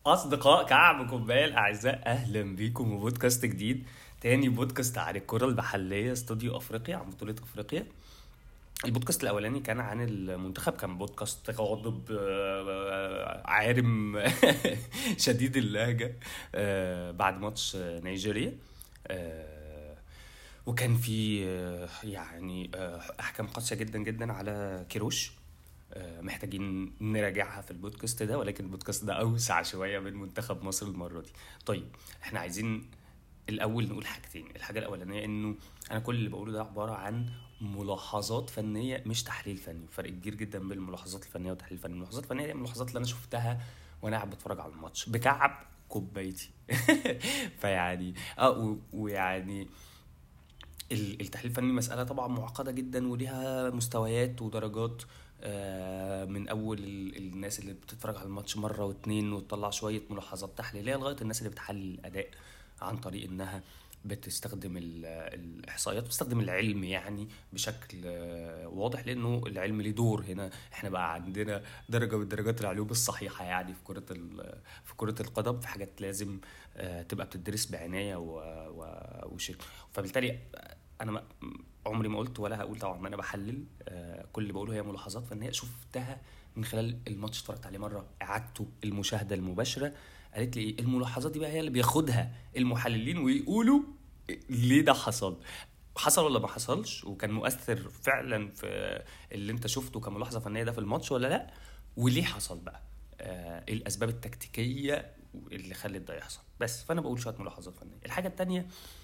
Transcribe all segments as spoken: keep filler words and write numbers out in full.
أصدقاء كعب كوباية الأعزاء، أهلا بيكم وبودكاست جديد. تاني بودكاست عن الكرة المحلية، استوديو أفريقيا، عن بطولة أفريقيا. البودكاست الأولاني كان عن المنتخب، كان بودكاست غاضب آه، عارم شديد اللهجة آه، بعد ماتش نيجيريا. آه، وكان في آه، يعني آه، أحكام قاسية جدا جدا على كيروش. آه، محتاجين نراجعها في البودكاست ده، ولكن البودكاست ده أوسع شوية من منتخب مصر المرة دي. طيب، احنا عايزين الأول نقول حاجتين. الحاجة الأولانية إنه أنا كل اللي بقوله ده عبارة عن ملاحظات فنية مش تحليل فني. فرق كبير جدا بين الملاحظات الفنية والتحليل الفني. الملاحظات الفنية هي الملاحظات اللي أنا شفتها وأنا قاعد بتفرج على الماتش بكعب كوبايتي. فيعني اه و- ويعني ال- التحليل الفني مسألة طبعا معقدة جدا وليها مستويات ودرجات. آه، من أول ال- الناس اللي بتتفرج على الماتش مرة واتنين وتطلع شوية ملاحظات تحليلية، لغاية الناس اللي بتحلل الأداء عن طريق إنها بتستخدم ال- الإحصائيات، بتستخدم العلم يعني بشكل آه، واضح، لأنه العلم ليه دور هنا. احنا بقى عندنا درجة من درجات العلوم الصحيحة يعني في كرة ال- في كرة القدم، في حاجات لازم آه، تبقى بتدرس بعناية و- و- وشيء. فبالتالي انا ما عمري ما قلت ولا هقول طبعا ما انا بحلل. آه، كل اللي بقوله هي ملاحظات فنيه شفتها من خلال الماتش، اتفرجت عليه مره، اعادته المشاهده المباشره. قالت لي ايه الملاحظات دي بقى، هي اللي بياخدها المحللين ويقولوا ليه ده حصل، حصل ولا ما حصلش، وكان مؤثر فعلا في اللي انت شفته كملاحظه فنيه ده في الماتش ولا لا، وليه حصل بقى، آه، ايه الاسباب التكتيكيه اللي خلت ده يحصل. بس فانا بقول شويه ملاحظات فنيه. الحاجه التانية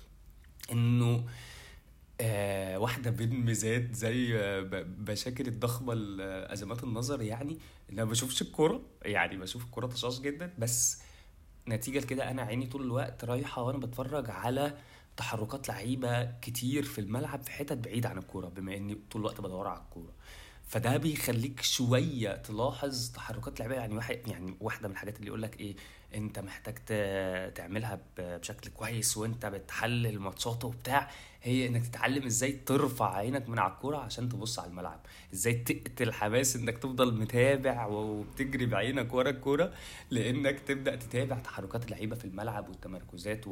انه آه واحدة من ميزات زي آه ب- مشاكل الضخمة لأزمات النظر، يعني إن أنا بشوفش الكورة، يعني بشوف الكورة طشاش جدا، بس نتيجة لكده أنا عيني طول الوقت رايحة وأنا بتفرج على تحركات لعيبة كتير في الملعب في حتت بعيدة عن الكورة، بما إني طول الوقت بدور على الكورة. فده بيخليك شوية تلاحظ تحركات لعيبة. يعني واحد يعني واحدة من الحاجات اللي يقولك إيه، أنت محتاج ت- تعملها ب- بشكل كويس وأنت بتحلل ماتشات وبتاع، هي إنك تتعلم إزاي ترفع عينك من على الكورة عشان تبص على الملعب، إزاي تقتل حماس إنك تفضل متابع وبتجري بعينك ورا الكورة، لانك تبدا تتابع تحركات اللعيبه في الملعب والتمركزات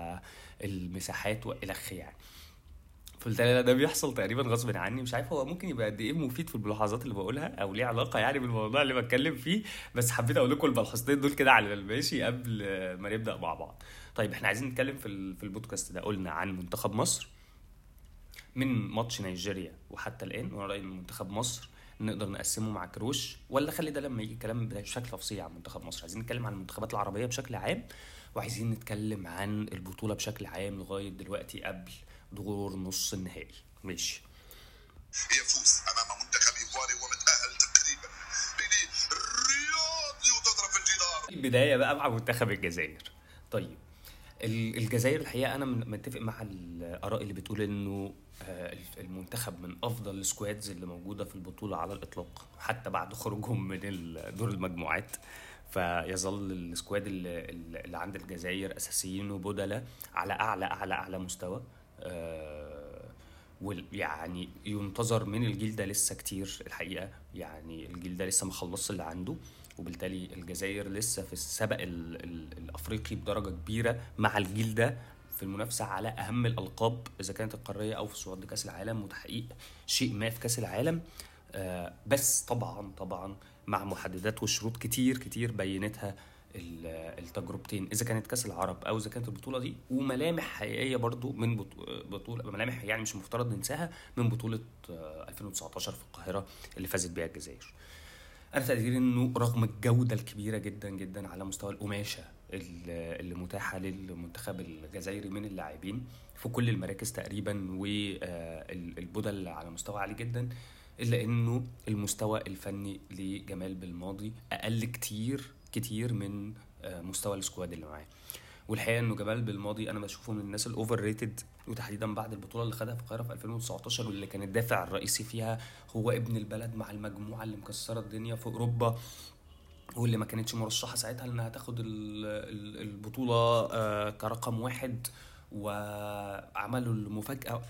والمساحات والخ يعني. فبالتالي ده بيحصل تقريبا غصب عني. مش عارف هو ممكن يبقى قد ايه مفيد في الملاحظات اللي بقولها او ليه علاقه يعني بالموضوع اللي بتكلم فيه، بس حبيت اقول لكم الملحظتين دول كده على الماشي قبل ما نبدا مع بعض. طيب، احنا عايزين نتكلم في ال- في البودكاست ده. قلنا عن منتخب مصر من ماتش نيجيريا وحتى الآن، وانا رأيي ان منتخب مصر نقدر نقسمه مع كروش، ولا خلي ده لما يجي كلام بشكل تفصيلي عن منتخب مصر. عايزين نتكلم عن المنتخبات العربية بشكل عام، وعايزين نتكلم عن البطولة بشكل عام لغاية دلوقتي قبل دور نص النهائي. ماشي. يفوز امام منتخب ايفواري ومتاهل تقريبا بيلي رياضي وتضرب في الجدار. البداية بقى مع منتخب الجزائر. طيب، ال- الجزائر الحقيقه انا من- متفق مع الاراء اللي بتقول انه آه، المنتخب من افضل السكوادز اللي موجوده في البطوله على الاطلاق، حتى بعد خروجهم من ال- دور المجموعات. فيظل السكواد اللي, اللي عند الجزائر اساسيين وبدلاء على اعلى اعلى اعلى مستوى. آه، ويعني ينتظر من الجيل ده لسه كتير الحقيقة. يعني الجيل ده لسه ما خلصش اللي عنده، وبالتالي الجزائر لسه في السبق ال ال الأفريقي بدرجة كبيرة مع الجيل ده في المنافسة على أهم الألقاب، إذا كانت القارية أو في صعود لكأس العالم وتحقيق شيء ما في كأس العالم. آه، بس طبعا طبعا مع محددات وشروط كتير كتير بينتها ال- التجربتين، اذا كانت كاس العرب او اذا كانت البطوله دي، وملامح حقيقيه برضو من بطو- بطوله، ملامح يعني مش مفترض ننساها، من بطوله آه، ألفين وتسعتاشر في القاهره اللي فازت بيها الجزائر. انا تقديري انه رغم الجوده الكبيره جدا جدا على مستوى القماشه ال- اللي متاحه للمنتخب الجزائري من اللاعبين في كل المراكز تقريبا، والبدل على مستوى عالي جدا، الا انه المستوى الفني لجمال بالماضي اقل كتير كتير من آه، مستوى السكواد اللي معاه. والحقيقه انه جمال بالماضي انا بشوفه من الناس الاوفر ريتد، وتحديدا بعد البطوله اللي خدها في القاهره في ألفين وتسعتاشر، واللي كان الدافع الرئيسي فيها هو ابن البلد مع المجموعه اللي مكسره الدنيا في اوروبا، واللي ما كانتش مرشحه ساعتها انها تاخد ال- ال- البطوله آه، كرقم واحد، وعملوا المفاجاه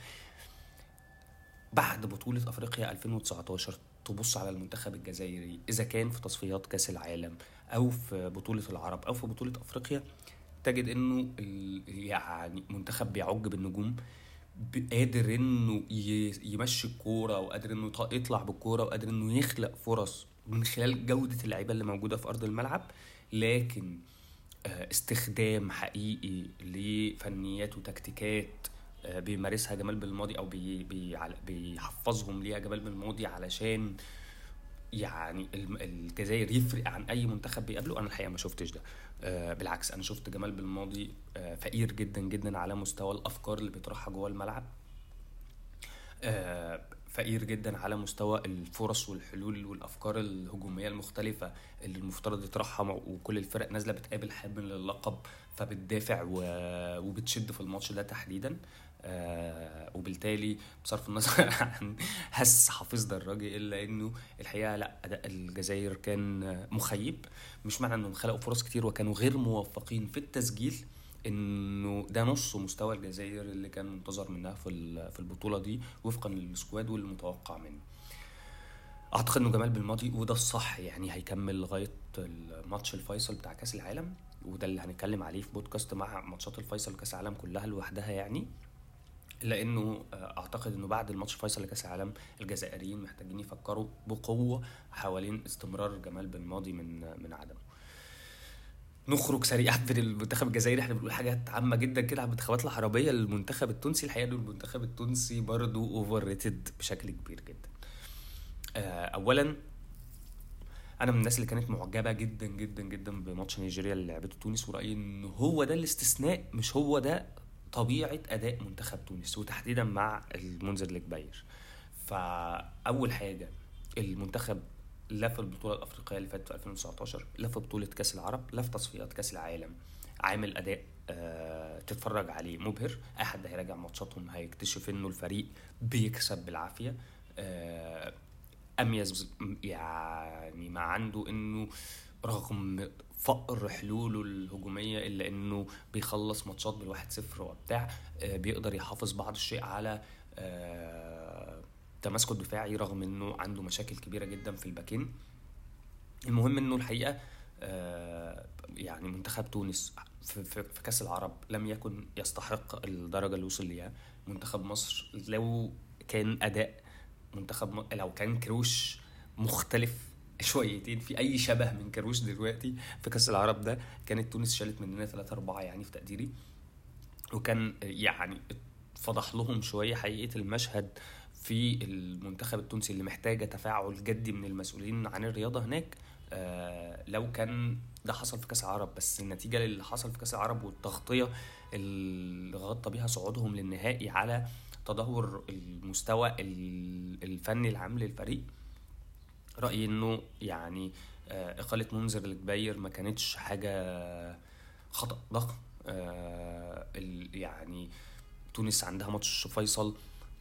بعد بطولة أفريقيا ألفين وتسعتاشر. تبص على المنتخب الجزائري إذا كان في تصفيات كأس العالم او في بطولة العرب او في بطولة افريقيا، تجد انه يعني منتخب بيعج بالنجوم، قادر انه يمشي الكوره، وقادر انه يطلع بالكوره، وقادر انه يخلق فرص من خلال جوده اللعيبه اللي موجوده في ارض الملعب. لكن استخدام حقيقي لفنيات وتكتيكات بيمارسها جمال بالماضي، او بي بي بيحفظهم ليها جمال بالماضي علشان يعني الجزائر يفرق عن اي منتخب بيقابله، انا الحقيقه ما شفتش ده. آه بالعكس، انا شفت جمال بالماضي آه فقير جدا جدا على مستوى الافكار اللي بيطرحها جوه الملعب، آه فقير جدا على مستوى الفرص والحلول والافكار الهجوميه المختلفه اللي المفترض يطرحها، وكل الفرق نازله بتقابل حامل اللقب فبتدافع وبتشد في الماتش ده تحديدا. آه وبالتالي بصرف النظر عن هس حافظ دراجي، الا انه الحقيقه لا، اداء الجزائر كان مخيب. مش معنى انهم خلقوا فرص كتير وكانوا غير موفقين في التسجيل انه ده نص مستوى الجزائر اللي كان منتظر منها في في البطوله دي وفقا للسكواد والمتوقع منه. اعتقد انه جمال بالماضي وده الصح يعني هيكمل لغايه الماتش الفيصل بتاع كاس العالم، وده اللي هنتكلم عليه في بودكاست مع ماتشات الفيصل كاس العالم كلها لوحدها يعني. لانه اعتقد انه بعد الماتش الفيصل لكاس العالم الجزائريين محتاجين يفكروا بقوه حوالين استمرار جمال بالماضي من من عدمه. نخرج سريعا من المنتخب الجزائري، احنا بنقول حاجات عامه جدا كده عن المنتخبات العربيه. المنتخب التونسي الحقيقه انه المنتخب التونسي برضو اوفر ريتد بشكل كبير جدا. اولا انا من الناس اللي كانت معجبه جدا جدا جدا بماتش نيجيريا اللي لعبته تونس، ورايي ان هو ده الاستثناء، مش هو ده طبيعه اداء منتخب تونس وتحديدا مع المنذر الجباير. فاول حاجه المنتخب لا في البطوله الافريقيه اللي فاتت في ألفين وتسعتاشر، لا في بطوله كاس العرب، لا في تصفيات كاس العالم، عامل اداء أه تتفرج عليه مبهر. اي حد هيراجع ماتشاتهم هيكتشف انه الفريق بيكسب بالعافيه. أه اميز يعني ما عنده انه رغم فقر حلوله الهجوميه الا انه بيخلص ماتشات بالواحد صفر وبتاع، أه بيقدر يحافظ بعض الشيء على أه تماسكه الدفاعي رغم انه عنده مشاكل كبيره جدا في الباكين. المهم انه الحقيقه آه يعني منتخب تونس في, في, في كاس العرب لم يكن يستحق الدرجه اللي وصل ليها. منتخب مصر لو كان اداء منتخب م... لو كان كروش مختلف شويتين، في اي شبه من كروش دلوقتي في كاس العرب ده، كانت تونس شالت مننا ثلاثة أربعة يعني في تقديري، وكان يعني فضح لهم شويه حقيقه المشهد في المنتخب التونسي اللي محتاجة تفاعل جدي من المسؤولين عن الرياضة هناك. آه لو كان ده حصل في كاس العرب، بس النتيجة اللي حصل في كاس العرب والتغطية اللي غطى بيها صعودهم للنهائي على تدهور المستوى الفني العام للفريق، رأيي انه يعني آه اقالة منذر الجباير ما كانتش حاجة خطأ ضخم. آه يعني تونس عندها ماتش فيصل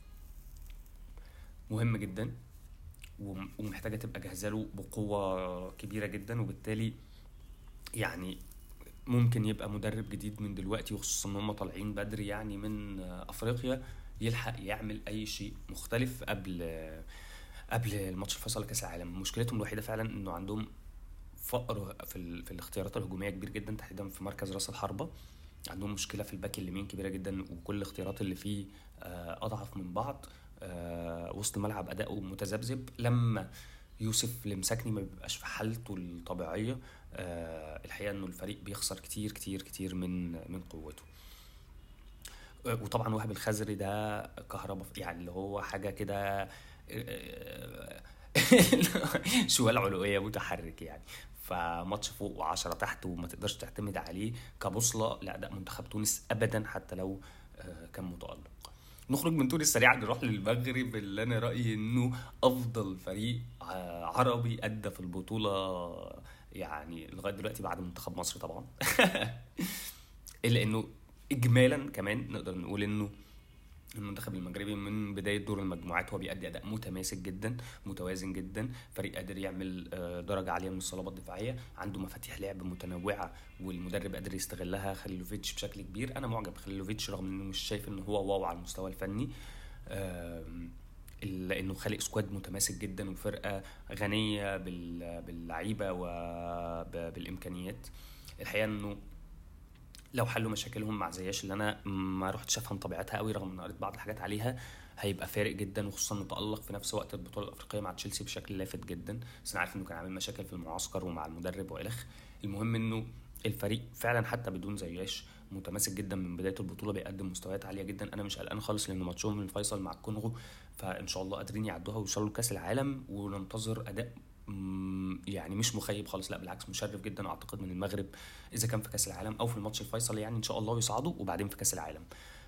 مهم جدا ومحتاجة تبقى جاهزة له بقوة كبيرة جدا، وبالتالي يعني ممكن يبقى مدرب جديد من دلوقتي، وخصوصا ان هم طالعين بدري يعني من افريقيا، يلحق يعمل اي شيء مختلف قبل قبل الماتش الفيصل لكاس العالم. مشكلتهم الوحيدة فعلا انه عندهم فقر في, في الاختيارات الهجومية كبير جدا، تحديدا في مركز راس الحربة. عندهم مشكلة في الباك اليمين كبيرة جدا، وكل الاختيارات اللي فيه اضعف من بعض. أه وسط الملعب أداؤه متذبذب، لما يوسف المساكني ما بيبقاش في حالته الطبيعية. أه الحقيقة انه الفريق بيخسر كتير كتير كتير من من قوته. أه وطبعا وهب الخزري ده كهرباء يعني، اللي هو حاجة كده أه شوال علوية متحرك يعني. فماتش فوق وعشرة تحت، وما تقدرش تعتمد عليه كبوصلة لأداء منتخب تونس أبدا حتى لو أه كان متألق. نخرج من تونس سريعا نروح للمغرب، اللي انا رايي انه افضل فريق عربي ادى في البطوله يعني لغايه دلوقتي بعد منتخب مصر طبعا. الا انه اجمالا كمان نقدر نقول انه المنتخب المغربي من بدايه دور المجموعات هو بيأدي اداء متماسك جدا متوازن جدا، فريق قادر يعمل درجه عاليه من الصلابه الدفاعيه، عنده مفاتيح لعب متنوعه والمدرب قادر يستغلها خليلوفيتش بشكل كبير. انا معجب بخليلوفيتش رغم انه مش شايف انه هو واو على المستوى الفني. لانه خالق سكواد متماسك جدا وفرقه غنيه بال- باللعيبه وبالامكانيات. الحقيقه انه لو حلوا مشاكلهم مع زياش اللي انا ما رحتش افهم طبيعتها قوي رغم ان قريت بعض الحاجات عليها، هيبقى فارق جدا، وخصوصا متالق في نفس وقت البطوله الافريقيه مع تشيلسي بشكل لافت جدا. بس انا عارف انه كان عامل مشاكل في المعسكر ومع المدرب والخ. المهم انه الفريق فعلا حتى بدون زياش متماسك جدا من بدايه البطوله، بيقدم مستويات عاليه جدا. انا مش قلقان خالص لانه ماتشهم الفيصل مع الكونغو، فان شاء الله قادرين يعدوها ويوصلوا لكاس العالم، وننتظر اداء مم، يعني مش مخيب خالص، لا بالعكس مشرف جدا اعتقد من المغرب، اذا كان في كاس العالم او في الماتش الفيصل يعني ان شاء الله يصعدوا وبعدين في كاس العالم.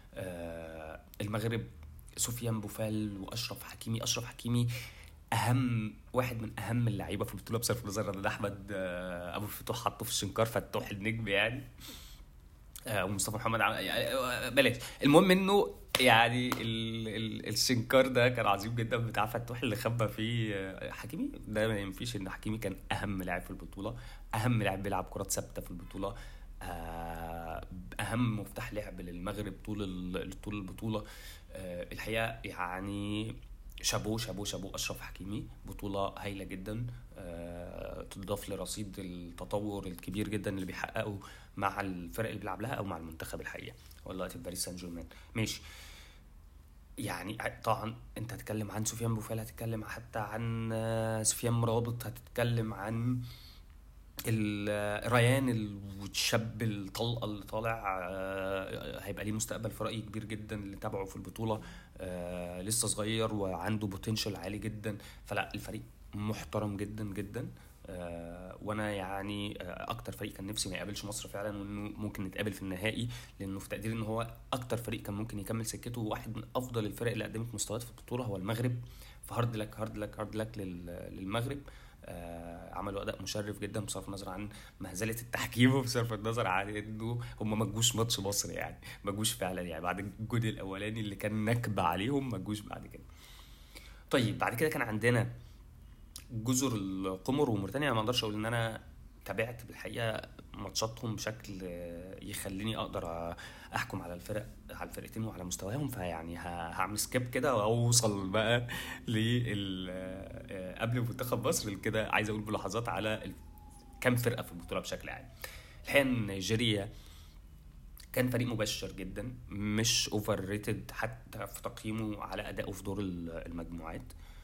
آه المغرب سفيان بوفال واشرف حكيمي. اشرف حكيمي اهم واحد من اهم اللعيبه في البطوله بصرف النظر ان احمد آه ابو الفتوح حطه في الشنكار فتوح النجم يعني، آه ومصطفى محمد عم... يعني آه، بلاش. المهم انه يعني ال... ال... الشنكار ده كان عظيم جدا بتاع فتوح اللي خبى فيه آه، حكيمي. ده ما ينفيش ان حكيمي كان اهم لاعب في البطوله، اهم لاعب بيلعب كرات ثابته في البطوله، آه، اهم مفتاح لعب للمغرب طول ال... طول البطوله. آه، الحقيقه يعني شابو شابو شابو اشرف حكيمي، بطوله هايله جدا، آه، تضاف لرصيد التطور الكبير جدا اللي بيحققه مع الفرق اللي بيلعب لها او مع المنتخب الحقيقه والله في باريس سان جيرمان. ماشي، يعني طبعا انت هتتكلم عن سفيان بوفال، هتتكلم حتى عن آه، سفيان مرابط، هتتكلم عن ال- ريان الشاب الطلقه اللي طالع، آه، هيبقى ليه مستقبل في رايي كبير جدا اللي تابعه في البطوله، آه، لسه صغير وعنده بوتنشال عالي جدا. فلا الفريق محترم جدا جدا. آه، وانا يعني آه، اكتر فريق كان نفسي ما يقابلش مصر فعلا، وانه ممكن نتقابل في النهائي، لانه في تقديري ان هو اكتر فريق كان ممكن يكمل سكته، وواحد من افضل الفرق اللي قدمت مستويات في البطوله هو المغرب. فهارد لك هارد لك هارد لك لل- للمغرب. آه، عملوا اداء مشرف جدا بصرف النظر عن مهزله التحكيم وبصرف النظر عن انه هم ما جوش ماتش مصر يعني، ما جوش فعلا يعني بعد الجول الاولاني اللي كان نكبه عليهم ما جوش بعد كده. طيب بعد كده كان عندنا جزر القمر وموريتانيا. انا ما اقدرش اقول ان انا تابعت بالحقيقه ماتشاتهم بشكل آه، يخليني اقدر آه، احكم على الفرق على الفرقتين وعلى مستواهم، فيعني ه- هعمل سكيب كده واوصل بقى لل آه، قبل منتخب مصر كده. عايز اقول ملاحظات على ال- كام فرقه في البطوله بشكل عام. الحقيقه إن نيجيريا كان فريق مبشر جدا، مش اوفر ريتد حتى في تقييمه على ادائه في دور ال- المجموعات.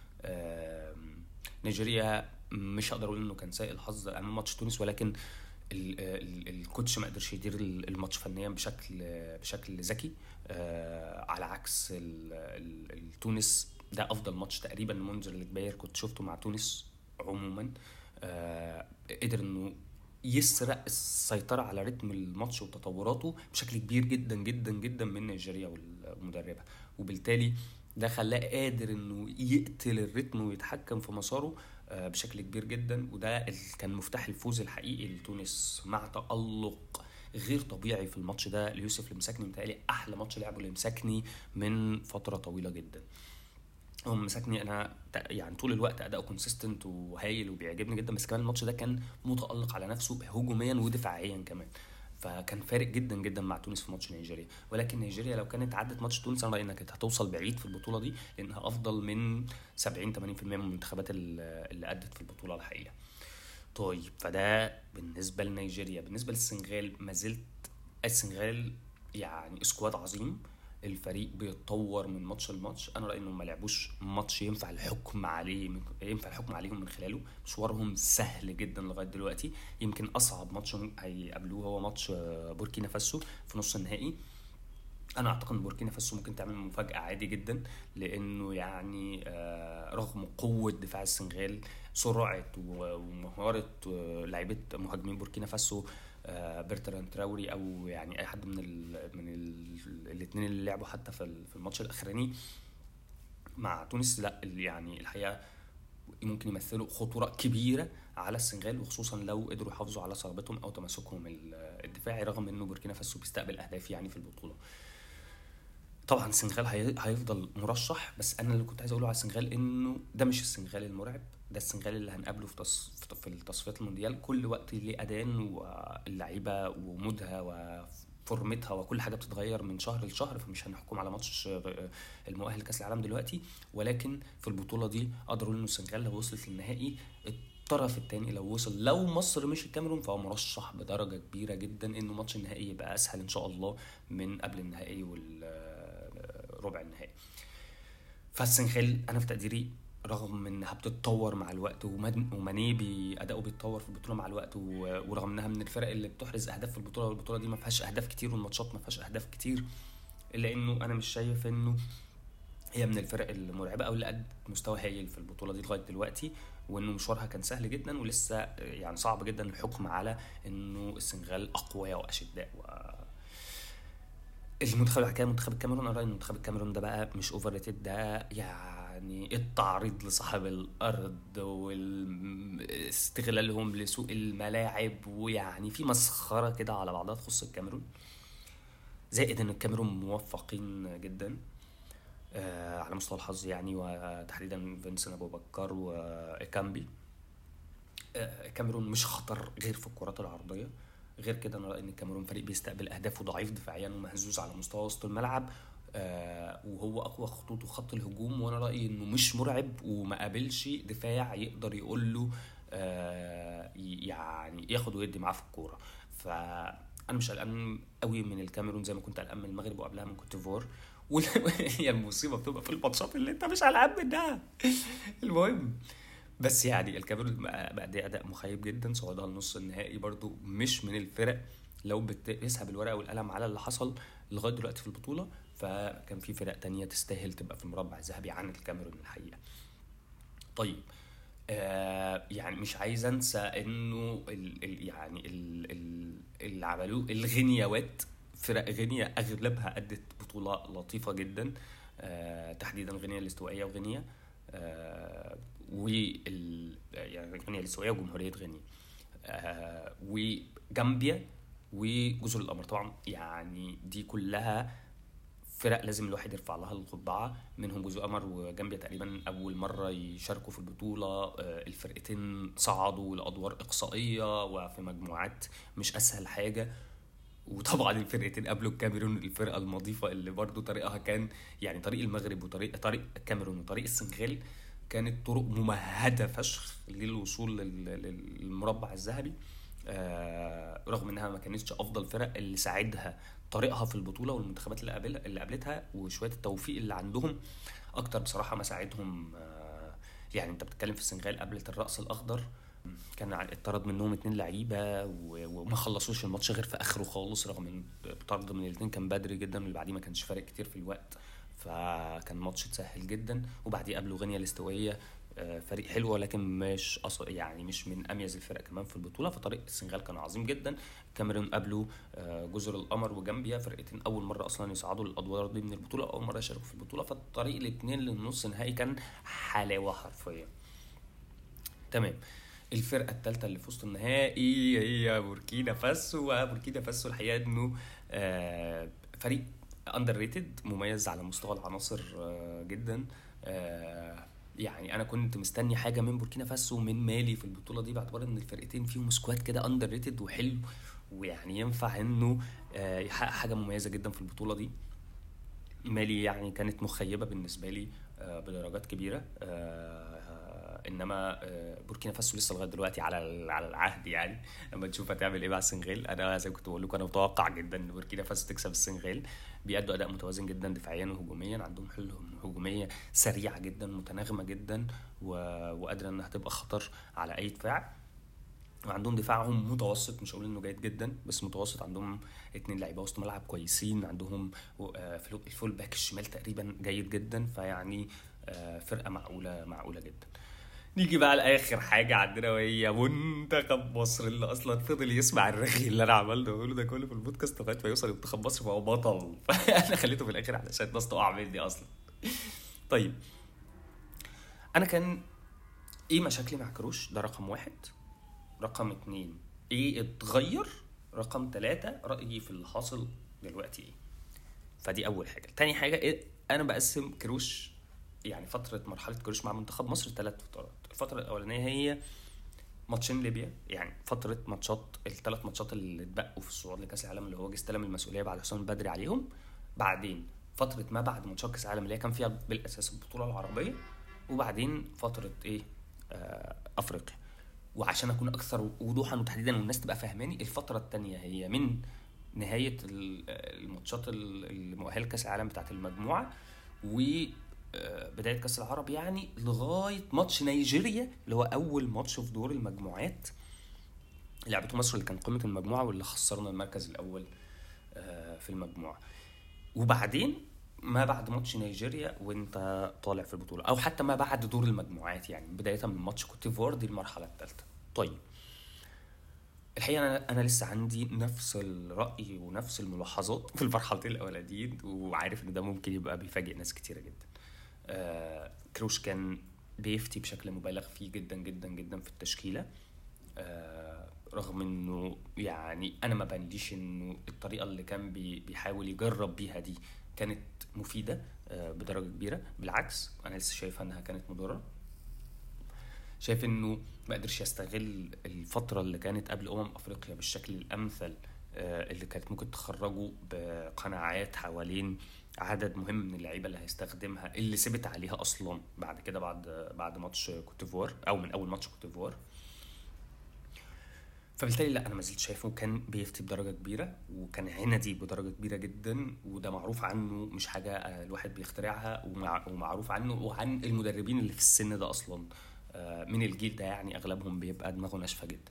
آم، نيجيريا مش هقدر اقول انه كان سيء الحظ امام ماتش تونس، ولكن ال- ال- الكوتش ما قدرش يدير ال- الماتش فنيا بشكل بشكل ذكي. آه، على عكس ال- ال- التونس، ده افضل ماتش تقريبا منذر الكبير كنت شفته مع تونس عموما. آه، قدر انه يسرق السيطرة على رتم الماتش وتطوراته بشكل كبير جدا جدا جدا من نيجيريا والمدربة، وبالتالي ده خلاه قادر انه يقتل الريتم ويتحكم في مساره آه، بشكل كبير جدا. وده ال- كان مفتاح الفوز الحقيقي لتونس مع تألق غير طبيعي في الماتش ده ليوسف المساكني. متهيألي احلى ماتش لعبه المساكني من فترة طويلة جدا. هو مساكني انا ت- يعني طول الوقت اداؤه كونسيستنت وهايل وبيعجبني جدا، بس كمان الماتش ده كان متالق على نفسه هجوميا ودفاعيا كمان، فكان فارق جدا جدا مع تونس في ماتش نيجيريا. ولكن نيجيريا لو كانت عدت ماتش تونس انا رايي انها كانت هتوصل بعيد في البطوله دي، لانها افضل من سبعين ثمانين في المية من المنتخبات ال- اللي ادت في البطوله الحقيقه. طيب فده بالنسبه لنيجيريا. بالنسبه للسنغال ما زلت السنغال يعني سكواد عظيم، الفريق بيتطور من ماتش لماتش. انا رايي انهم ما لعبوش ماتش ينفع الحكم عليه من ينفع الحكم عليهم من خلاله. مشوارهم سهل جدا لغايه دلوقتي، يمكن اصعب ماتش هيقابلوه هو ماتش آه، بوركينا فاسو في نص النهائي. انا اعتقد ان بوركينا فاسو ممكن تعمل مفاجاه عادي جدا، لانه يعني آه، رغم قوه دفاع السنغال، سرعه و- ومهاره آه، لعيبه مهاجمين بوركينا فاسو، آه، برتران تراوري او يعني اي حد من ال من الاثنين اللي لعبوا حتى في ال- في الماتش الاخراني مع تونس، لا يعني الحقيقه ممكن يمثلوا خطوره كبيره على السنغال، وخصوصا لو قدروا يحافظوا على صلابتهم او تماسكهم ال- الدفاعي، رغم انه بوركينا فاسو بيستقبل اهداف يعني في البطوله. طبعا السنغال هي- هيفضل مرشح، بس انا اللي كنت عايز اقوله على السنغال انه ده مش السنغال المرعب، ده السنغال اللي هنقابله في تص... في التصفيات المونديال. كل وقت ليه اذان واللعيبه ومودها فورمتها وكل حاجه بتتغير من شهر لشهر، فمش هنحكم على ماتش المؤهل لكاس العالم دلوقتي. ولكن في البطوله دي قدروا انه السنغال لو وصلت للنهائي، الطرف الثاني لو وصل، لو مصر مش الكاميرون، فهو مرشح بدرجه كبيره جدا انه ماتش النهائي يبقى اسهل ان شاء الله من قبل النهائي والربع النهائي. فالسنغال انا في تقديري رغم انها بتتطور مع الوقت، وماني بأداؤه بيتطور في البطوله مع الوقت، ورغم انها من الفرق اللي بتحرز اهداف في البطوله، والبطوله دي ما فيهاش اهداف كتير والماتشات ما فيهاش اهداف كتير، الا انه انا مش شايف انه هي من الفرق المرعبه او اللي قد مستوى هايل في البطوله دي لغايه دلوقتي، وانه مشوارها كان سهل جدا، ولسه يعني صعب جدا الحكم على انه السنغال اقوياء واشداء. و المنتخب الحكام منتخب الكاميرون، انا رايي منتخب الكاميرون ده بقى مش اوفر ريتد، ده يعني التعريض لصاحب الارض واستغلالهم لسوق الملاعب، ويعني في مسخره كده على بعضها تخص الكاميرون. زائد ان الكاميرون موفقين جدا آه على مستوى الحظ يعني، وتحديدا فينسن ابو بكر واكامبي. آه الكاميرون مش خطر غير في الكرات العرضيه. غير كده انا رايي ان الكاميرون فريق بيستقبل اهدافه ضعيف دفاعيا ومهزوز على مستوى وسط الملعب، آه وهو اقوى خطوطه خط الهجوم، وانا رايي انه مش مرعب وما قابلش دفاع يقدر يقول له آه يعني ياخد ويدي معاه في الكوره. فانا مش قلقان قوي من الكاميرون زي ما كنت قلقان من المغرب وقبلها من كوت ديفوار. وهي المصيبه بتبقى في الماتشات اللي انت مش قلقان منها. المهم بس يعني الكاميرون بأداء أداء مخيب جدا، صعودها لنص النهائي برضو مش من الفرق لو بتسحب الورقة والقلم على اللي حصل لغاية دلوقتي في البطولة، فكان في فرق تانية تستاهل تبقى في المربع الذهبي عن الكاميرون الحقيقة. طيب آه يعني مش عايز انسى انه ال ال يعني ال ال اللي عملوه الغينياوات، فرق غينيا اغلبها ادت بطولة لطيفة جدا، آه تحديدا غينيا الاستوائية وغينيا آه وال يعني غينيا الاستوائية وجمهورية غينيا آه وجامبيا وجزر القمر. طبعا يعني دي كلها فرق لازم الواحد يرفع لها القبعة، منهم جزر القمر وجامبيا تقريبا أول مرة يشاركوا في البطولة. الفرقتين صعدوا لأدوار إقصائية وفي مجموعات مش أسهل حاجة، وطبعا الفرقتين قبلوا الكاميرون الفرقة المضيفة اللي برضو طريقها كان يعني طريق المغرب وطريق طريق الكاميرون وطريق السنغال كانت طرق ممهدة فشخ للوصول للمربع الذهبي، آه رغم انها ما كانتش افضل فرق. اللي ساعدها طريقها في البطوله والمنتخبات اللي قابلها اللي قابلتها وشويه التوفيق اللي عندهم اكتر بصراحه ما ساعدهم. آه يعني انت بتتكلم في السنغال قابلت الرأس الاخضر، كان اتطرد منهم اتنين لعيبه وما خلصوش الماتش غير في اخره خالص، رغم ان الطرد من الاثنين كان بدري جدا واللي بعديه ما كانش فارق كتير في الوقت، فكان ماتش سهل جدا. وبعديه قابلوا غينيا الاستوائيه، فريق حلو ولكن مش أص... يعني مش من اميز الفرق كمان في البطوله، فطريق السنغال كان عظيم جدا. الكاميرون قابلوا جزر القمر وجامبيا، فرقتين اول مره اصلا يصعدوا للادوار دي من البطوله، اول مره يشاركوا في البطوله، فالطريق الاثنين للنص نهائي كان حلاوه حرفيا. تمام. الفرقه الثالثه اللي في وسط النهائي هي بوركينا فاسو، وبوركينا فاسو الحقيقه انه فريق اندر ريتد مميز على مستوى العناصر جدا. يعني انا كنت مستني حاجه من بوركينا فاسو ومن مالي في البطوله دي، باعتبار ان الفرقتين فيهم سكواد كده اندر ريتد وحلو، ويعني ينفع انه يحقق حاجه مميزه جدا في البطوله دي. مالي يعني كانت مخيبه بالنسبه لي بدرجات كبيره، انما بوركينا فاسو لسه لغايه دلوقتي على على العهد. يعني لما تشوف هتعمل ايه مع السنغال، انا زي ما كنت بقول لكم انا متوقع جدا ان بوركينا فاسو تكسب السنغال. بيأدوا اداء متوازن جدا دفاعيا وهجوميا، عندهم حلول هجوميه سريعه جدا متناغمه جدا وقادره انها تبقى خطر على اي دفاع. وعندهم دفاعهم متوسط، مش هقول انه جيد جدا بس متوسط، عندهم اتنين لعيبه وسط ملعب كويسين، عندهم الفول باك الشمال تقريبا جيد جدا، فيعني فرقه معقوله معقوله جدا. نيجي بقى لاخر حاجه عندنا وهي منتخب مصر، اللي اصلا فضل يسمع الرغي اللي انا عملته واقوله ده كله في البودكاست لغايه ما يوصل لمنتخب مصر فهو بطل. فانا خليته في الاخر علشان الناس تقع مني اصلا. طيب انا كان ايه مشاكلي مع كروش؟ ده رقم واحد. رقم اتنين ايه اتغير؟ رقم تلاتة رأيي في اللي حاصل دلوقتي ايه. فدي اول حاجه. تاني حاجه إيه؟ انا بقسم كروش يعني فتره مرحله كروش مع منتخب مصر ثلاث فترات. الفتره الاولانيه هي ماتشين ليبيا، يعني فتره ماتشات الثلاث ماتشات اللي اتبقوا في الصعود لكاس العالم اللي هو جه استلم المسؤوليه بعد حسام البدري عليهم. بعدين فتره ما بعد ماتشات كاس العالم اللي هي كان فيها بالاساس البطوله العربيه، وبعدين فتره ايه آه افريقيا. وعشان اكون اكثر وضوحا وتحديدا والناس تبقى فاهماني، الفتره الثانيه هي من نهايه الماتشات المؤهله لكاس العالم بتاعه المجموعه وبدايه كاس العرب، يعني لغايه ماتش نيجيريا اللي هو اول ماتش في دور المجموعات لعبته مصر اللي كان قمه المجموعه واللي خسرنا المركز الاول في المجموعه. وبعدين ما بعد ماتش نيجيريا وانت طالع في البطوله، او حتى ما بعد دور المجموعات، يعني بدايه من ماتش كوت ديفوار دي المرحله الثالثه. طيب الحقيقه انا انا لسه عندي نفس الراي ونفس الملاحظات في المرحلتين الاولانيين، وعارف ان ده ممكن يبقى بيفاجئ ناس كتيره جدا. آه كروش كان بيفتي بشكل مبالغ فيه جدا جدا جدا في التشكيله، آه رغم انه يعني انا ما بانليش انه الطريقه اللي كان بي بيحاول يجرب بيها دي كانت مفيده آه بدرجه كبيره. بالعكس انا لسه شايفها انها كانت مضره. شايف انه ما قدرش يستغل الفتره اللي كانت قبل امم افريقيا بالشكل الامثل آه اللي كانت ممكن تخرجه بقناعات حوالين عدد مهم من اللعيبه اللي هيستخدمها، اللي ثبت عليها اصلا بعد كده بعد بعد ماتش كوت ديفوار او من اول ماتش كوت ديفوار. فبالتالي لا، انا ما زلت شايفه كان بيفتي بدرجه كبيره وكان عندي بدرجه كبيره جدا، وده معروف عنه مش حاجه الواحد بيخترعها، ومعروف عنه وعن المدربين اللي في السن ده اصلا من الجيل ده، يعني اغلبهم بيبقى دماغه ناشفه جدا.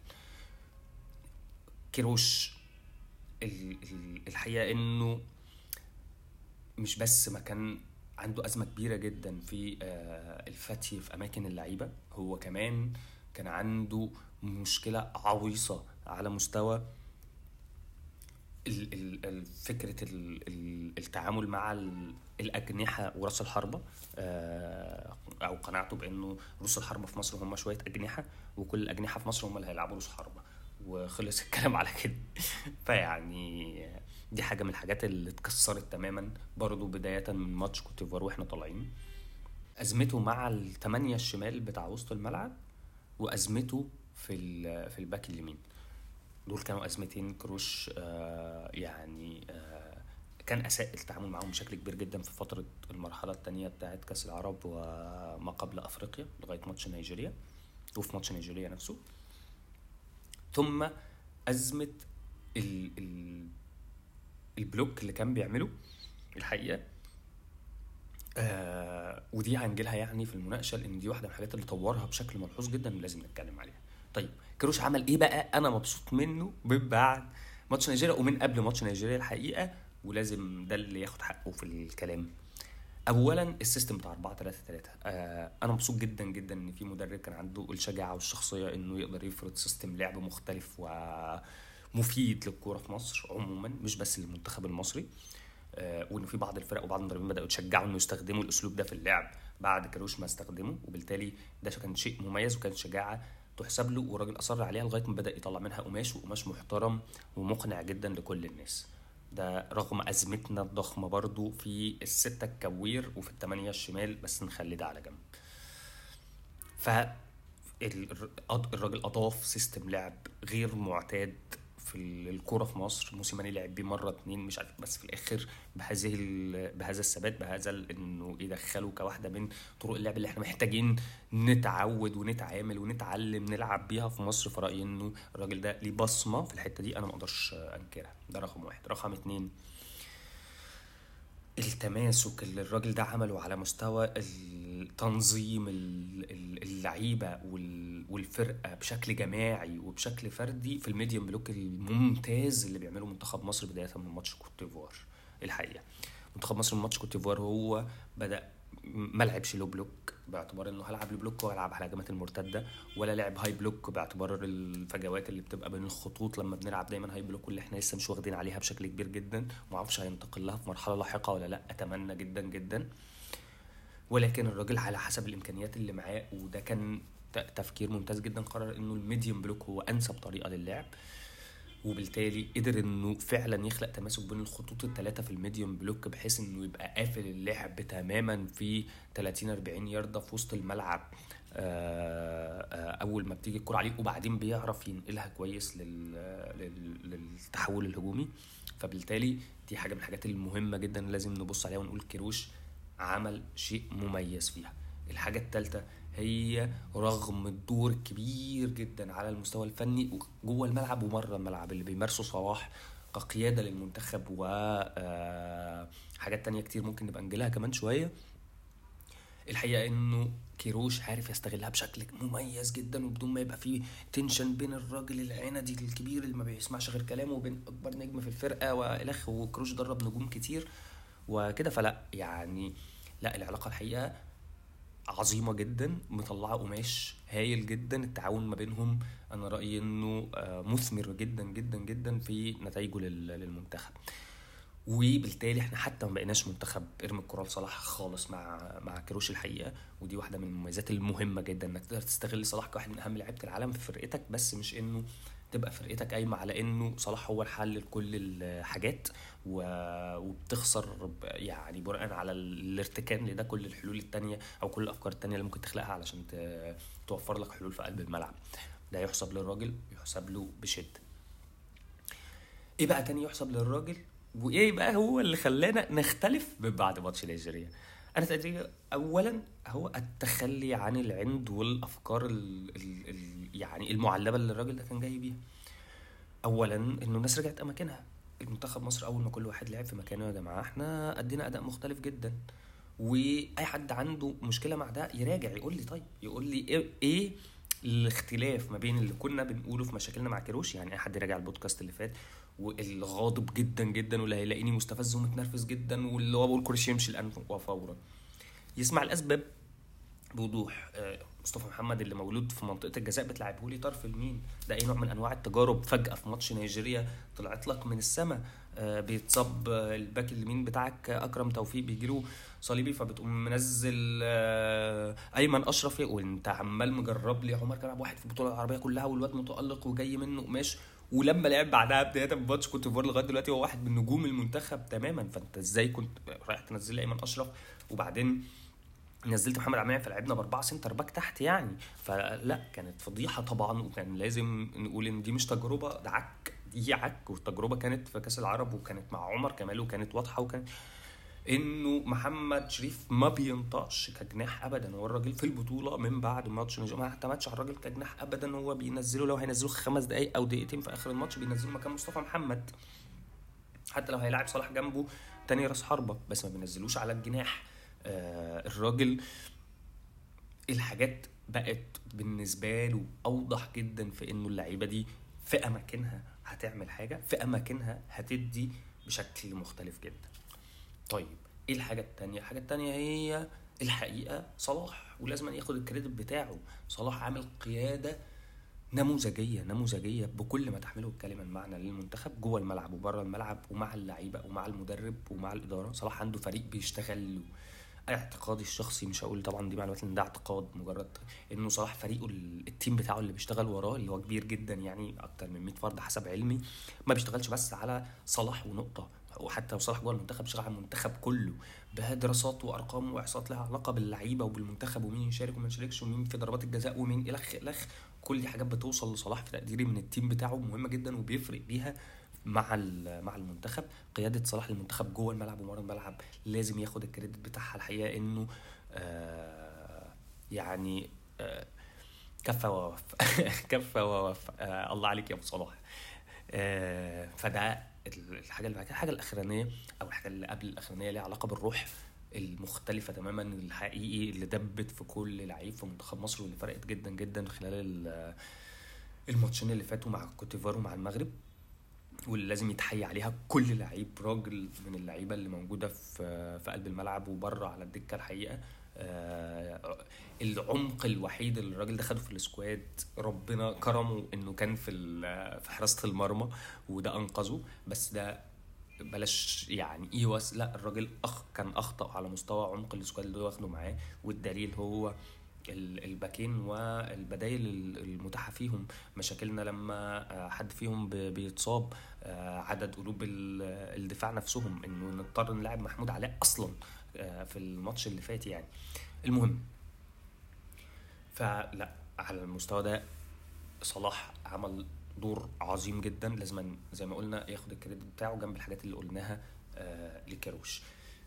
كيروش الحقيقه انه مش بس ما كان عنده ازمه كبيره جدا في الفتي في اماكن اللعيبه، هو كمان كان عنده مشكله عويصه على مستوى فكره التعامل مع الاجنحه وراس الحربه، او قناعته بانه راس الحربه في مصر هم شويه اجنحه وكل الاجنحه في مصر هم اللي هيلعبوا راس حربه، وخلص الكلام على كده. فيعني دي حاجه من الحاجات اللي اتكسرت تماما برضو بدايه من ماتش كوت ديفوار واحنا طالعين. ازمته مع الثمانيه الشمال بتاع وسط الملعب، وازمته في في الباك اليمين، دول كانوا ازمتين كروش آه يعني آه كان اساء التعامل معهم بشكل كبير جدا في فتره المرحله الثانيه بتاعه كاس العرب وما قبل افريقيا لغايه ماتش نيجيريا، وفي ماتش نيجيريا نفسه. ثم ازمه ال ال البلوك اللي كان بيعمله الحقيقه، آه ودي هنجيلها يعني في المناقشه، لان دي واحده من الحاجات اللي طورها بشكل ملحوظ جدا ولازم نتكلم عليها. طيب كروش عمل ايه بقى؟ انا مبسوط منه من بعد ماتش نيجيريا ومن قبل ماتش نيجيريا الحقيقه، ولازم ده اللي ياخد حقه في الكلام. اولا السيستم بتاع أربعة ثلاثة ثلاثة، آه انا مبسوط جدا جدا ان في مدرب كان عنده الشجاعه والشخصيه انه يقدر يفرض سيستم لعب مختلف ومفيد للكوره في مصر عموما، مش بس للمنتخب المصري. آه وان في بعض الفرق وبعض المدربين بداوا يشجعوا انه يستخدموا الاسلوب ده في اللعب بعد كروش ما استخدمه، وبالتالي ده كان شيء مميز وكانت شجاعه تحسب له، والراجل اصر عليها لغايه ما بدا يطلع منها قماش وقماش محترم ومقنع جدا لكل الناس. ده رغم ازمتنا الضخمه برضو في السته الكوير وفي الثمانيه الشمال، بس نخلي ده على جنب. ف الراجل اضاف سيستم لعب غير معتاد في الكوره في مصر. موسيماني لعب بيه مره اتنين مش عارف، بس في الاخر بهذه بهذا الثبات، بهذا انه يدخله كواحده من طرق اللعب اللي احنا محتاجين نتعود ونتعامل ونتعلم نلعب بيها في مصر. في رايي انه الراجل ده ليه بصمه في الحته دي انا ما اقدرش انكرها. ده رقم واحد. رقم اتنين التماسك اللي الراجل ده عمله على مستوى التنظيم اللعيبه والفرقه بشكل جماعي وبشكل فردي في الميديم بلوك الممتاز اللي بيعمله منتخب مصر بدايه من ماتش كوت ديفوار. الحقيقه منتخب مصر من ماتش كوت ديفوار هو بدا ما لعبش لو بلوك باعتبار انه هلعب لو بلوك والعب على الهجمات المرتده، ولا لعب هاي بلوك باعتبار الفجوات اللي بتبقى بين الخطوط لما بنلعب دايما هاي بلوك واللي احنا لسه مش واخدين عليها بشكل كبير جدا، وما اعرفش هينتقل لها في مرحله لاحقه ولا لا، اتمنى جدا جدا. ولكن الراجل على حسب الامكانيات اللي معاه، وده كان تفكير ممتاز جدا، قرر انه الميديوم بلوك هو انسب طريقه للعب، وبالتالي قدر انه فعلا يخلق تماسك بين الخطوط الثلاثه في الميديوم بلوك، بحيث انه يبقى قافل اللعب تماما في ثلاثين أربعين ياردة في وسط الملعب اول ما بتيجي الكرة عليه، وبعدين بيعرف ينقلها كويس للتحول الهجومي. فبالتالي دي حاجة من الحاجات المهمة جدا لازم نبص عليها ونقول كيروش عمل شيء مميز فيها. الحاجة الثالثة هي رغم الدور الكبير جدا على المستوى الفني جوه الملعب ومره الملعب اللي بيمارسه صلاح كقيادة للمنتخب وحاجات تانية كتير ممكن نبقى نجيلها كمان شوية، الحقيقة انه كيروش عارف يستغلها بشكل مميز جدا، وبدون ما يبقى فيه تنشن بين الراجل العندي الكبير اللي ما بيسمعش غير كلامه وبين اكبر نجم في الفرقة والخ. وكيروش درب نجوم كتير وكده، فلا يعني لا العلاقة الحقيقة عظيمة جدا، مطلعة قماش هايل جدا. التعاون ما بينهم انا رأيي انه مثمر جدا جدا جدا في نتائجه للمنتخب. وبالتالي احنا حتى ما بقيناش منتخب ارمي الكرة لصلاح خالص مع مع كيروش الحقيقة. ودي واحدة من المميزات المهمة جدا، انك تقدر تستغل صلاح كواحد من اهم لعيبة العالم في فرقتك، بس مش انه تبقى فرقتك قايمة على انه صلاح هو الحل لكل الحاجات وبتخسر يعني بناء على الارتكان لده كل الحلول التانية او كل الافكار التانية اللي ممكن تخلقها علشان توفر لك حلول في قلب الملعب. ده يحسب للراجل، يحسب له بشدة. ايه بقى تاني يحسب للراجل، وايه بقى هو اللي خلانا نختلف من بعد ماتش نيجيريا؟ انا تقريبا اولا هو التخلي عن العند والافكار ال ال ال يعني المعلبه اللي الراجل ده كان جاي بيها. اولا انه الناس رجعت اماكنها. المنتخب مصر اول ما كل واحد لعب في مكانه، يا جماعه احنا ادينا اداء مختلف جدا. واي حد عنده مشكله مع ده يراجع يقول لي، طيب يقول لي ايه, إيه الاختلاف ما بين اللي كنا بنقوله في مشاكلنا مع كيروش. يعني اي حد يراجع البودكاست اللي فات، والغاضب جدا جدا واللي هيلاقيني مستفز ومتنرفز جدا واللي هو بقول كرش يمشي الان وفورا، يسمع الاسباب بوضوح. مصطفى محمد اللي مولود في منطقه الجزاء بتلعبه لي طرف اليمين، ده اي نوع من انواع التجارب؟ فجاه في ماتش نيجيريا طلعت لك من السماء، بيتصاب الباك اليمين بتاعك اكرم توفيق بيجيله صليبي، فبتقوم منزل ايمن اشرف، وانت عمال مجرب لي عمر كان واحد في البطوله العربيه كلها والواد متالق وجاي منه قماش، ولما لعب بعدها بدايه ماتش كوت ديفوار لغايه دلوقتي هو واحد من نجوم المنتخب تماما. فانت ازاي كنت رايح تنزل ايمن اشرف وبعدين نزلت محمد عماد فلعبنا باربعه سنتر باك تحت؟ يعني فلا كانت فضيحه طبعا، وكان لازم نقول ان دي مش تجربه، ده عك، دي عك. والتجربه كانت في كاس العرب وكانت مع عمر كمال وكانت واضحه، وكان انه محمد شريف ما بينطقش كجناح ابدا. هو الراجل في البطوله من بعد ماتش نيجيريا ما اعتمدش على الراجل كجناح ابدا، هو بينزله لو هينزله خمس دقائق او دقيقتين في اخر الماتش بينزله مكان مصطفى محمد، حتى لو هيلاعب صلاح جنبه تاني راس حربه، بس ما بينزلوش على الجناح. آه الراجل الحاجات بقت بالنسبه له اوضح جدا في انه اللعيبه دي في اماكنها هتعمل حاجه، في اماكنها هتدي بشكل مختلف جدا. طيب ايه الحاجه التانية؟ الحاجه التانية هي الحقيقه صلاح، ولازم أن ياخد الكريدت بتاعه. صلاح عامل قياده نموذجيه نموذجيه بكل ما تحمله الكلمه المعنى للمنتخب جوه الملعب وبره الملعب ومع اللعيبه ومع المدرب ومع الاداره. صلاح عنده فريق بيشتغل له. اعتقادي الشخصي، مش هقول طبعا دي معلومات لان ده اعتقاد مجرد، انه صلاح فريقه التيم بتاعه اللي بيشتغل وراه اللي هو كبير جدا، يعني اكتر من مية فرد حسب علمي، ما بيشتغلش بس على صلاح ونقطه، وحتى لو صلاح جوه المنتخب بيشتغل على المنتخب كله بدراسات وارقام واحصاءات لها علاقه باللعيبه وبالمنتخب ومين يشارك ومين يشاركش ومين في ضربات الجزاء ومين الخ الخ كل دي حاجات بتوصل لصلاح في تقديري من التيم بتاعه مهمه جدا وبيفرق بيها مع مع المنتخب. قياده صلاح للمنتخب جوه الملعب ومره الملعب لازم ياخد الكريدت بتاعها الحقيقه، انه آه يعني آه كفى ووفى كفى ووفى آه الله عليك يا ابو صلاح. آه فده الحاجه اللي بعد كده. الحاجه الاخرانيه او الحاجه اللي قبل الاخرانيه ليها علاقه بالروح المختلفه تماما الحقيقي اللي دبت في كل لعيب في منتخب مصر، واللي فرقت جدا جدا خلال الماتشين اللي فاتوا مع كوت ديفوار ومع المغرب، واللي لازم يتحيي عليها كل لعيب راجل من اللعيبه اللي موجوده في في قلب الملعب وبره على الدكه. الحقيقه آه العمق الوحيد اللي الراجل ده خده في السكواد ربنا كرمه انه كان في في حراسه المرمى وده انقذه، بس ده بلاش يعني ايه وس لا الراجل اخ كان اخطا على مستوى عمق السكواد اللي هو واخده معاه، والدليل هو الباكين والبدايل المتاحه فيهم. مشاكلنا لما حد فيهم بيتصاب، عدد قلوب الدفاع نفسهم، انه نضطر نلعب محمود علاء اصلا في الماتش اللي فات. يعني المهم فلا، على المستوى ده صلاح عمل دور عظيم جدا، لازم زي ما قلنا ياخد الكريدت بتاعه جنب الحاجات اللي قلناها آه لكاروش.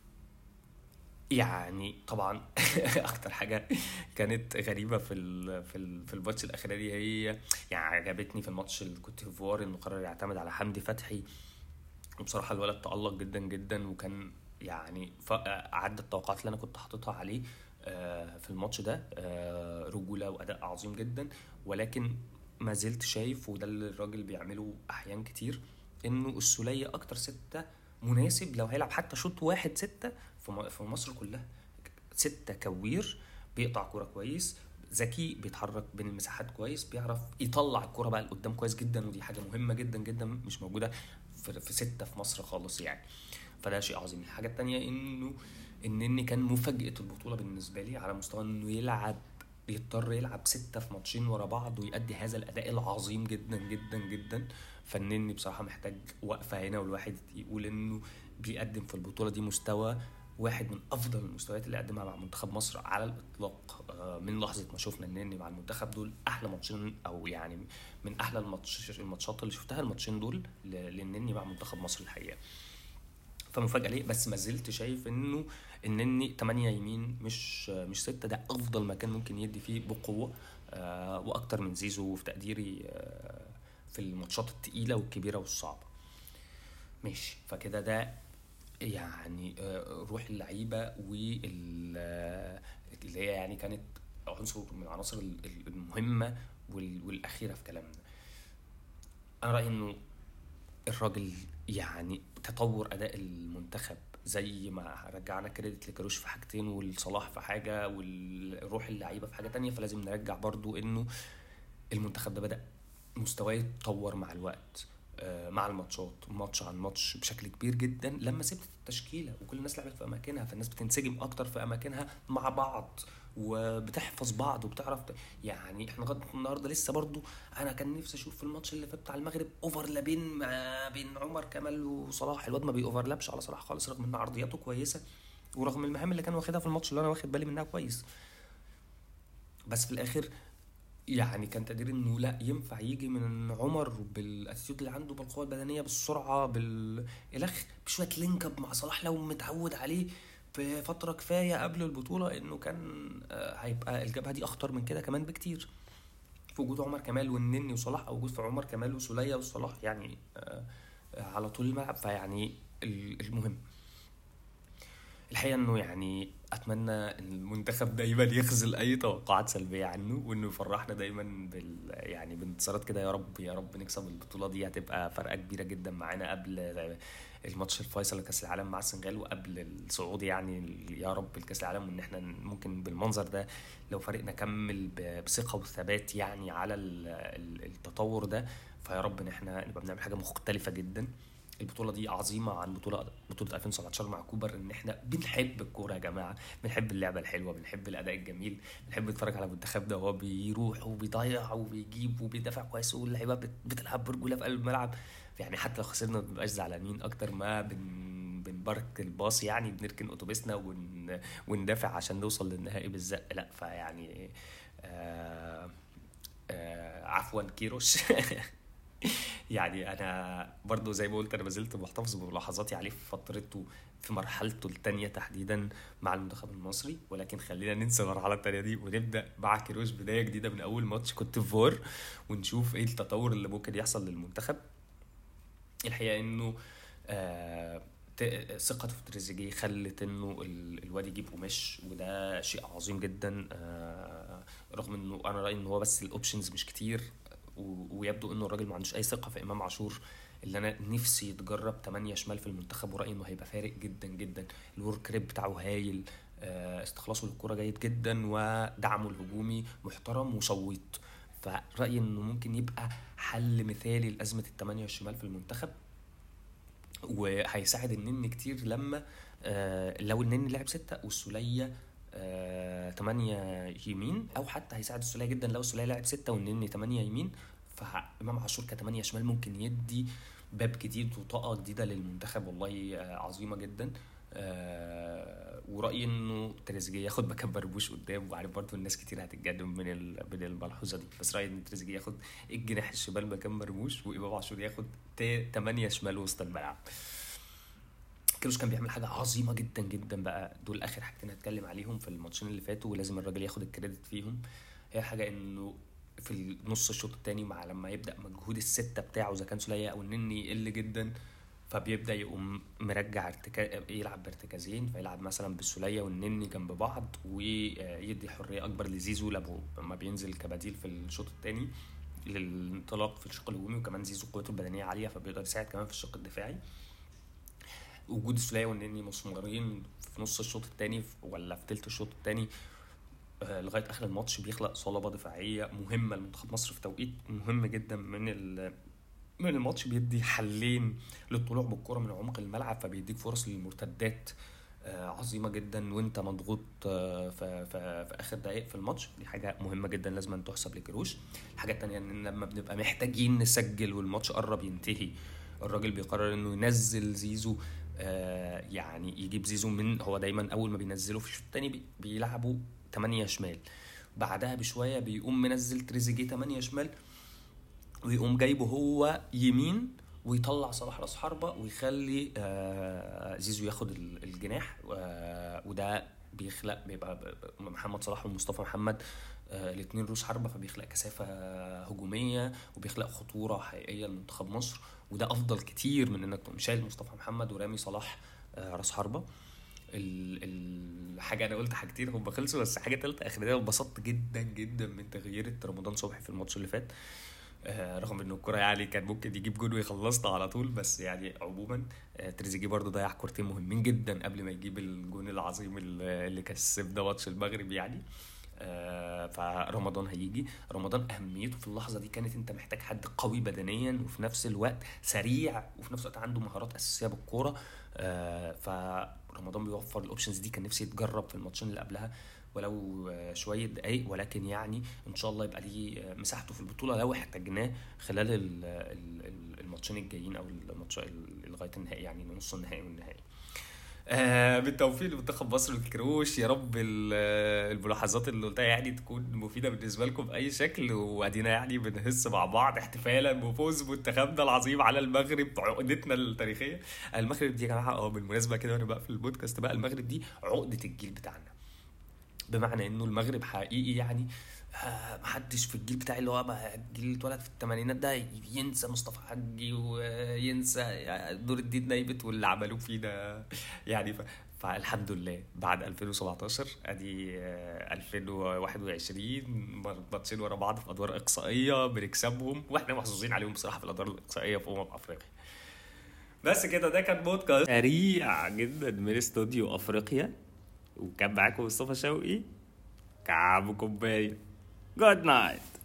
يعني طبعا اكتر حاجه كانت غريبه في ال في ال في الماتش الاخراني هي يعني عجبتني في الماتش الكوت ديفوار انه قرر يعتمد على حمدي فتحي، وبصراحه الولد تألق جدا جدا، وكان يعني عدى التوقعات اللي انا كنت حاططها عليه آه، في الماتش ده. آه، رجوله واداء عظيم جدا، ولكن ما زلت شايف، وده اللي الراجل بيعمله احيان كتير، انه السوليه اكتر ستة مناسب لو هيلعب حتى شوط واحد ستة في م- في مصر كلها. ستة كوير، بيقطع كرة كويس، ذكي، بيتحرك بين المساحات كويس، بيعرف يطلع الكرة بقى لقدام كويس جدا، ودي حاجة مهمة جدا جدا مش موجودة في, في ستة في مصر خالص يعني. فده شيء عظيم. الحاجة التانية انه انني كان مفاجأة البطولة بالنسبة لي على مستوى انه يلعب، يضطر يلعب ستة في ماتشين ورا بعض ويؤدي هذا الأداء العظيم جدا جدا جدا. فنني بصراحة محتاج وقفة هنا، والواحد يقول انه بيقدم في البطولة دي مستوى واحد من افضل المستويات اللي قدمها مع منتخب مصر على الاطلاق. آه، من لحظه ما شفنا النني مع المنتخب، دول احلى ماتشين، او يعني من احلى الماتش الماتشات اللي شفتها الماتشين دول ل- للنني مع منتخب مصر الحقيقه. فمفاجاه ليه، بس ما زلت شايف انه النني تمانية يمين مش مش ستة، ده افضل مكان ممكن يدي فيه بقوه آه، واكتر من زيزو في تقديري آه، في الماتشات التقيله والكبيره والصعبه. ماشي، فكده ده يعني آه، روح اللعيبه وال آه، اللي هي يعني كانت عنصر من العناصر ال- ال- المهمه وال- والاخيره في كلامنا. انا رايي انه الراجل يعني تطور اداء المنتخب زي ما رجعنا كريدت لكاروش في حاجتين والصلاح في حاجه والروح اللعيبه في حاجه تانية، فلازم نرجع برضو انه المنتخب ده بدأ مستواه يتطور مع الوقت آه، مع الماتشات، ماتش عن ماتش بشكل كبير جدا. لما سبت التشكيله وكل الناس لعبت في اماكنها، فالناس بتنسجم اكتر في اماكنها مع بعض وبتحفظ بعض وبتعرف ت... يعني احنا لغايه النهارده لسه برضو انا كان نفسي اشوف في الماتش اللي فات بتاع المغرب اوفرلابين ما بين عمر كمال وصلاح. الواد ما بيوفرلابش على صلاح خالص رغم ان عرضياته كويسه ورغم المهام اللي كان واخدها في الماتش اللي انا واخد بالي منها كويس. بس في الاخر يعني كان تقدير انه لا ينفع يجي من عمر بالاتيتيود اللي عنده، بالقوه البدنيه، بالسرعه، بالالخ، بشويه لينك اب مع صلاح لو متعود عليه في فتره كفايه قبل البطوله، انه كان آه، هيبقى الجبهه دي اخطر من كده كمان بكتير في وجود عمر كمال والنني وصلاح، او وجود في عمر كمال وسوليه وصلاح يعني آه، آه، على طول الملعب. فيعني ال- المهم الحقيقة انه يعني اتمنى ان المنتخب دايما يخذل اي توقعات سلبية عنه، وانه يفرحنا دايما بال يعني بانتصارات كده. يا رب يا رب نكسب البطولة دي، هتبقى فرقة كبيرة جدا معانا قبل الماتش الفيصل لكأس العالم مع السنغال وقبل الصعود يعني يا رب لكأس العالم، وان احنا ممكن بالمنظر ده لو فريقنا كمل ب- بثقة وثبات يعني على ال- ال- التطور ده، فيا رب ان احنا نبقى بنعمل حاجة مختلفة جدا. البطوله دي عظيمه عن بطوله بطوله ألفين وسبعتاشر مع كوبر، ان احنا بنحب الكوره يا جماعه، بنحب اللعبه الحلوه، بنحب الاداء الجميل، بنحب نتفرج على المنتخب ده وهو بيروح وبيضيع وبيجيب وبيدافع كويس واللعيبه بت- بتلعب برجوله في قلب الملعب. يعني حتى لو خسرنا ما بنبقاش زعلانين، اكتر ما بن بنبارك الباص يعني، بنركن اتوبيسنا ون... وندافع عشان نوصل للنهائي بالزق. لا فيعني آه... آه... عفوا كيروش. يعني انا برضو زي ما قلت انا بزلت محتفظ بملاحظاتي عليه في فترته في مرحلته التانية تحديدا مع المنتخب المصري، ولكن خلينا ننسى المرحلة التانية دي ونبدأ مع كيروش بداية جديدة من أول ماتش كوت ديفوار، ونشوف ايه التطور اللي ممكن يحصل للمنتخب. الحقيقة انه آه ت- ثقته في تريزيجيه خلت انه ال- الواد يجيب قماش، وده شيء عظيم جدا. آه رغم انه انا رايي ان هو بس الاوبشنز مش كتير، و- ويبدو انه الراجل ما عندوش اي ثقه في امام عاشور اللي انا نفسي يتجرب تمانية شمال في المنتخب، ورايي انه هيبقى فارق جدا جدا. الورك ريب بتاعه هايل، آه، استخلاصه للكرة جيد جدا، ودعمه الهجومي محترم وشويط. فرأيي انه ممكن يبقى حل مثالي لأزمة التمانية الشمال في المنتخب، وهيساعد النني كتير لما آه، لو النني لعب ستة والسولية آه، تمانية يمين، او حتى هيساعد السولية جدا لو السولية لعب ستة والنني تمانية يمين. فإمام عاشور كتمانية شمال ممكن يدي باب جديد وطاقة جديدة للمنتخب، والله آه، عظيمة جدا. آه ورأيي انه تريزيجيه ياخد مكان مرموش قدام، وعارف برضو الناس كتير هتتجنن من ال... من الملحوظه دي، بس رأيي ان تريزيجيه ياخد الجناح الشمال مكان مرموش، وامام عاشور ياخد تمانية شمال وسط الملعب. كيروش كان بيعمل حاجه عظيمه جدا جدا بقى، دول اخر حاجتين هتكلم عليهم في الماتشين اللي فاتوا ولازم الراجل ياخد الكريدت فيهم. هي حاجه انه في النص الشوط الثاني مع لما يبدا مجهود السته بتاعه اذا كان سلية او النني يقل جدا، فبيبدا يقوم مرجع ارتكاز، يلعب بارتكازين، فيلعب مثلا بالسلية والنني جنب بعض، ويدي حريه اكبر لزيزو لما بينزل كبديل في الشوط الثاني للانطلاق في الشق الهجومي، وكمان زيزو قوته البدنيه عاليه فبيقدر يساعد كمان في الشق الدفاعي. وجود السلية والنني مسمارين في نص الشوط الثاني ولا في ثلث الشوط الثاني آه لغايه اخر الماتش بيخلق صلابه دفاعيه مهمه لمنتخب مصر في توقيت مهم جدا من من الماتش، بيدي حلين للطلوع بالكره من عمق الملعب، فبيديك فرص للمرتدات آه عظيمه جدا وانت مضغوط آه في, في, في اخر دقائق في الماتش. دي حاجه مهمه جدا لازم أن تحسب لكيروش. الحاجه الثانيه ان لما بنبقى محتاجين نسجل والماتش قرب ينتهي، الراجل بيقرر انه ينزل زيزو، آه يعني يجيب زيزو من هو دايما اول ما بينزله في الشوط الثاني بيلعبوا تمانية شمال، بعدها بشويه بيقوم منزل تريزيجيه تمانية شمال ويقوم جايبه هو يمين ويطلع صلاح راس حربة ويخلي آه زيزو ياخد الجناح، آه وده بيخلق بيبقى محمد صلاح ومصطفى محمد آه الاثنين روس حربة، فبيخلق كثافة هجومية وبيخلق خطورة حقيقية لمنتخب مصر، وده افضل كتير من انك تقوم شايل مصطفى محمد ورامي صلاح آه راس حربة. الحاجه انا قلت حاجتين هم خلصوا، بس حاجه ثالثه اخرانيه اتبسطت جدا جدا من تغيير رمضان صبحي في الماتش اللي فات، آه رغم انه الكره يعني كان ممكن يجيب جول ويخلصنا على طول، بس يعني عموما آه تريزيجيه برضو ضيع كورتين مهمين جدا قبل ما يجيب الجون العظيم اللي كسبنا ماتش المغرب يعني. آه فرمضان هيجي، رمضان اهميته في اللحظه دي كانت انت محتاج حد قوي بدنيا وفي نفس الوقت سريع وفي نفس الوقت عنده مهارات اساسيه بالكوره، آه فرمضان بيوفر الاوبشنز دي. كان نفسي يتجرب في الماتشين اللي قبلها ولو شويه دقايق، ولكن يعني ان شاء الله يبقى ليه مساحته في البطوله لو احتاجناه خلال الماتشين الجايين او الماتش لغايه النهائي يعني نص النهائي والنهائي. آه بالتوفيق لمنتخب مصر والكروش، يا رب الملاحظات اللي قلتها يعني تكون مفيده بالنسبه لكم باي شكل، وادينا يعني بنهس مع بعض احتفالا بفوز منتخبنا العظيم على المغرب، عقدتنا التاريخيه. المغرب دي يا جماعه اه بالمناسبه كده وانا بقى في البودكاست بقى، المغرب دي عقده الجيل بتاعنا، بمعنى انه المغرب حقيقي يعني آه محدش في الجيل بتاعي اللي هو الجيل اتولد في الثمانينات ده ينسى مصطفى حجي وينسى نور الدين نايبت واللي عملوه فينا يعني. ف... فالحمد لله بعد ألفين وسبعتاشر ادي آه ألفين وواحد وعشرين ماتشين ورا بعض في ادوار اقصائيه بنكسبهم، واحنا محظوظين عليهم بصراحه في الادوار الاقصائيه في امم افريقيا. بس كده ده كان بودكاست سريع جدا من استوديو افريقيا، وكان معاكم مصطفى شوقي كعب كوبايه. جود نايت.